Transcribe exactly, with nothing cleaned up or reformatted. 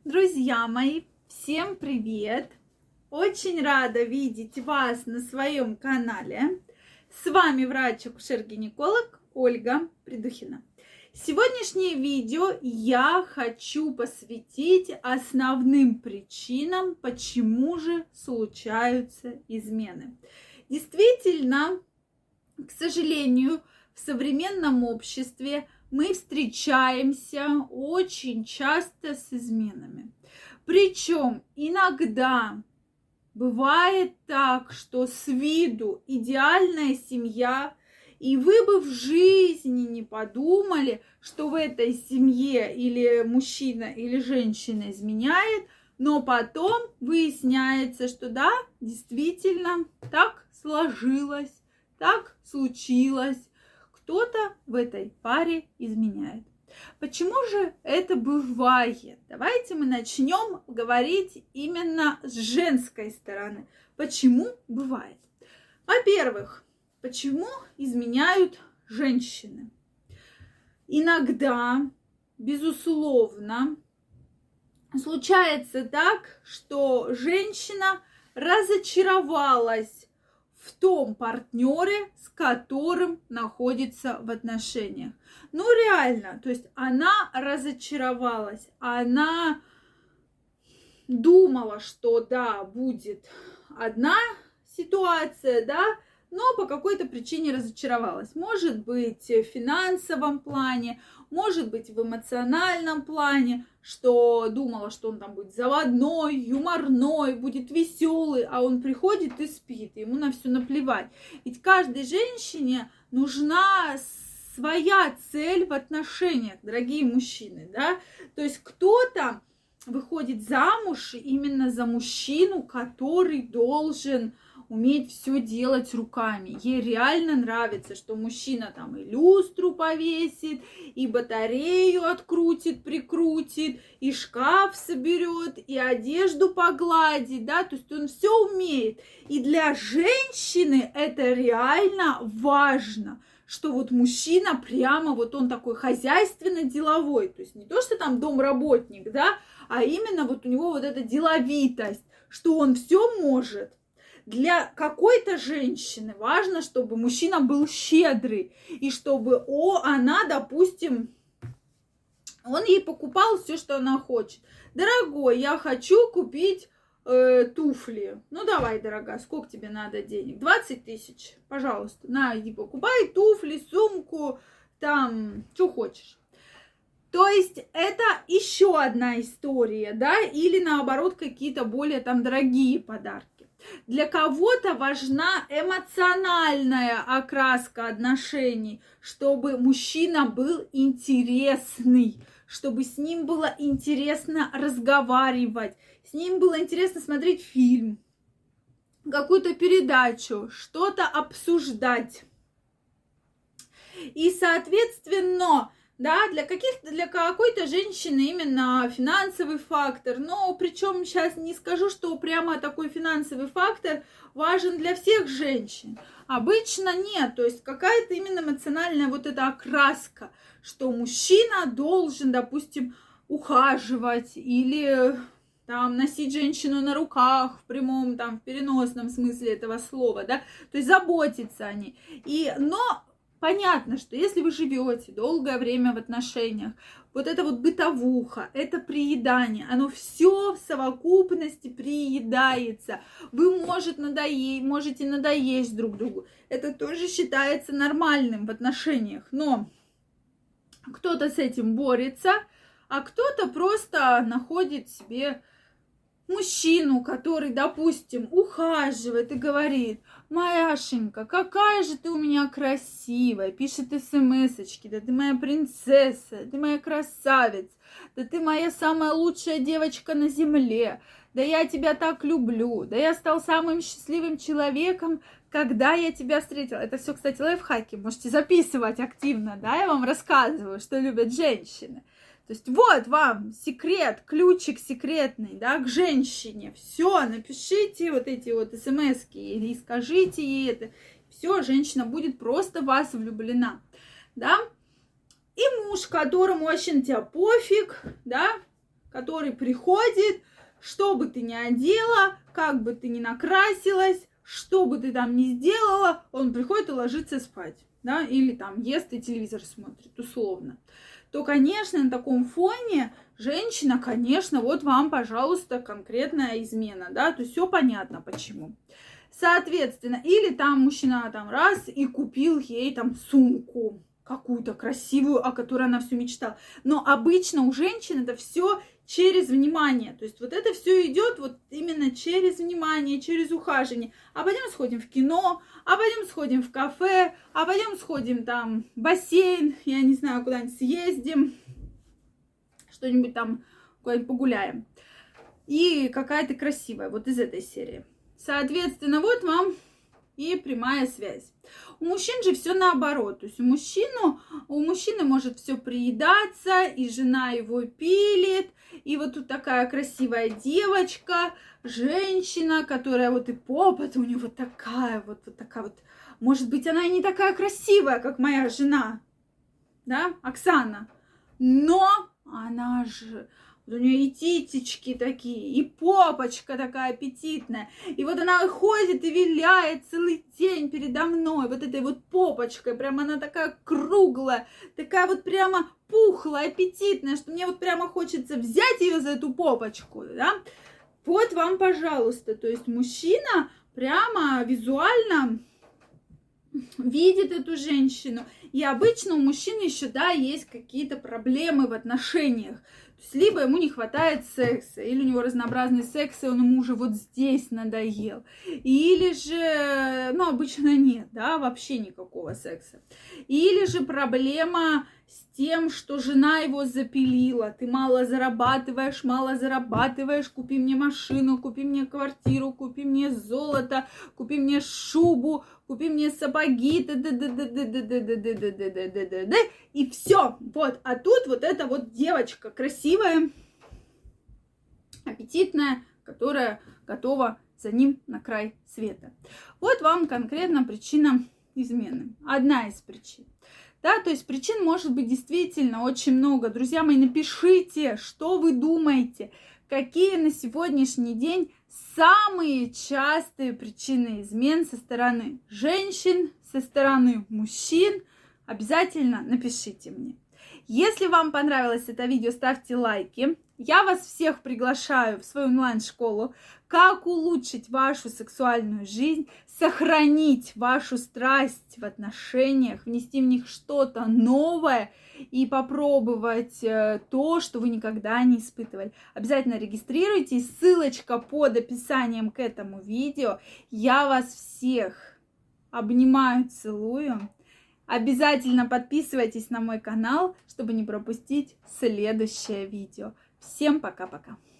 Друзья мои, всем привет! Очень рада видеть вас на своем канале. С вами врач-акушер-гинеколог Ольга Придухина. Сегодняшнее видео я хочу посвятить основным причинам, почему же случаются измены. Действительно, к сожалению, в современном обществе мы встречаемся очень часто с изменами. Причем иногда бывает так, что с виду идеальная семья, и вы бы в жизни не подумали, что в этой семье или мужчина, или женщина изменяет, но потом выясняется, что да, действительно так сложилось, так случилось. Кто-то в этой паре изменяет. Почему же это бывает? Давайте мы начнем говорить именно с женской стороны. Почему бывает? Во-первых, почему изменяют женщины? Иногда, безусловно, случается так, что женщина разочаровалась в том партнере, с которым находится в отношениях. Ну, реально, то есть она разочаровалась, она думала, что да, будет одна ситуация, да, но по какой-то причине разочаровалась. Может быть, в финансовом плане, может быть, в эмоциональном плане, что думала, что он там будет заводной, юморной, будет веселый, а он приходит и спит, ему на все наплевать. Ведь каждой женщине нужна своя цель в отношениях, дорогие мужчины, да, то есть кто-то выходит замуж именно за мужчину, который должен уметь все делать руками. Ей реально нравится, что мужчина там и люстру повесит, и батарею открутит, прикрутит, и шкаф соберет, и одежду погладит, да, то есть он все умеет. И для женщины это реально важно, что вот мужчина прямо вот он такой хозяйственно-деловой, то есть не то, что там домработник, да, а именно вот у него вот эта деловитость, что он все может. Для какой-то женщины важно, чтобы мужчина был щедрый, и чтобы о, она, допустим, он ей покупал все, что она хочет. Дорогой, я хочу купить э, туфли. Ну, давай, дорогая, сколько тебе надо денег? двадцать тысяч, пожалуйста. На, иди покупай туфли, сумку, там, что хочешь. То есть это еще одна история, да, или наоборот какие-то более там дорогие подарки. Для кого-то важна эмоциональная окраска отношений, чтобы мужчина был интересный, чтобы с ним было интересно разговаривать, с ним было интересно смотреть фильм, какую-то передачу, что-то обсуждать. И, соответственно, да, для каких-то, для какой-то женщины именно финансовый фактор, но причем сейчас не скажу, что прямо такой финансовый фактор важен для всех женщин. Обычно нет, то есть какая-то именно эмоциональная вот эта окраска, что мужчина должен, допустим, ухаживать или там носить женщину на руках в прямом, там, в переносном смысле этого слова, да, то есть заботиться о ней. И, но понятно, что если вы живете долгое время в отношениях, вот это вот бытовуха, это приедание, оно все в совокупности приедается. Вы может надоесть, можете надоесть друг другу. Это тоже считается нормальным в отношениях. Но кто-то с этим борется, а кто-то просто находит себе мужчину, который, допустим, ухаживает и говорит: Маряшенька, какая же ты у меня красивая, пишет смс-очки, да ты моя принцесса, ты моя красавица, да ты моя самая лучшая девочка на земле, да я тебя так люблю, да я стал самым счастливым человеком, когда я тебя встретила. Это все, кстати, лайфхаки, можете записывать активно, да, я вам рассказываю, что любят женщины. То есть вот вам секрет, ключик секретный, да, к женщине. Все, напишите вот эти вот смски или скажите ей это. Все, женщина будет просто в вас влюблена, да. И муж, которому вообще на тебя пофиг, да, который приходит, что бы ты ни одела, как бы ты ни накрасилась, что бы ты там ни сделала, он приходит и ложится спать, да, или там ест и телевизор смотрит, условно, то, конечно, на таком фоне женщина, конечно, вот вам, пожалуйста, конкретная измена, да, то есть все понятно почему. Соответственно, или там мужчина там раз и купил ей там сумку какую-то красивую, о которой она все мечтала. Но обычно у женщин это все через внимание. То есть вот это все идет вот именно через внимание, через ухаживание. А пойдем сходим в кино, а пойдем сходим в кафе, а пойдем сходим там в бассейн, я не знаю, куда-нибудь съездим, что-нибудь там, куда-нибудь погуляем. И какая-то красивая, вот из этой серии. Соответственно, вот вам и прямая связь. У мужчин же все наоборот. То есть у мужчину, у мужчины может все приедаться, и жена его пилит, и вот тут такая красивая девочка, женщина, которая вот и попа-то у нее вот такая вот, вот такая вот. Может быть, она и не такая красивая, как моя жена, да, Оксана, но она же... У нее и титечки такие, и попочка такая аппетитная. И вот она ходит и виляет целый день передо мной. Вот этой вот попочкой. Прямо она такая круглая, такая вот прямо пухлая, аппетитная, что мне вот прямо хочется взять ее за эту попочку, да? Вот вам, пожалуйста. То есть мужчина прямо визуально видит эту женщину. И обычно у мужчины еще, да, есть какие-то проблемы в отношениях. То есть либо ему не хватает секса, или у него разнообразный секс, и он ему уже вот здесь надоел. Или же, ну, обычно нет, да, вообще никакого секса. Или же проблема с тем, что жена его запилила. Ты мало зарабатываешь, мало зарабатываешь, купи мне машину, купи мне квартиру, купи мне золото, купи мне шубу, купи мне сапоги, и все. Вот, а тут вот эта вот девочка красивая, аппетитная, которая готова за ним на край света. Вот вам конкретно причина измены. Одна из причин. Да, то есть причин может быть действительно очень много. Друзья мои, напишите, что вы думаете, какие на сегодняшний день самые частые причины измен со стороны женщин, со стороны мужчин. Обязательно напишите мне. Если вам понравилось это видео, ставьте лайки. Я вас всех приглашаю в свою онлайн-школу «Как улучшить вашу сексуальную жизнь», сохранить вашу страсть в отношениях, внести в них что-то новое и попробовать то, что вы никогда не испытывали. Обязательно регистрируйтесь, ссылочка под описанием к этому видео. Я вас всех обнимаю, целую. Обязательно подписывайтесь на мой канал, чтобы не пропустить следующее видео. Всем пока-пока!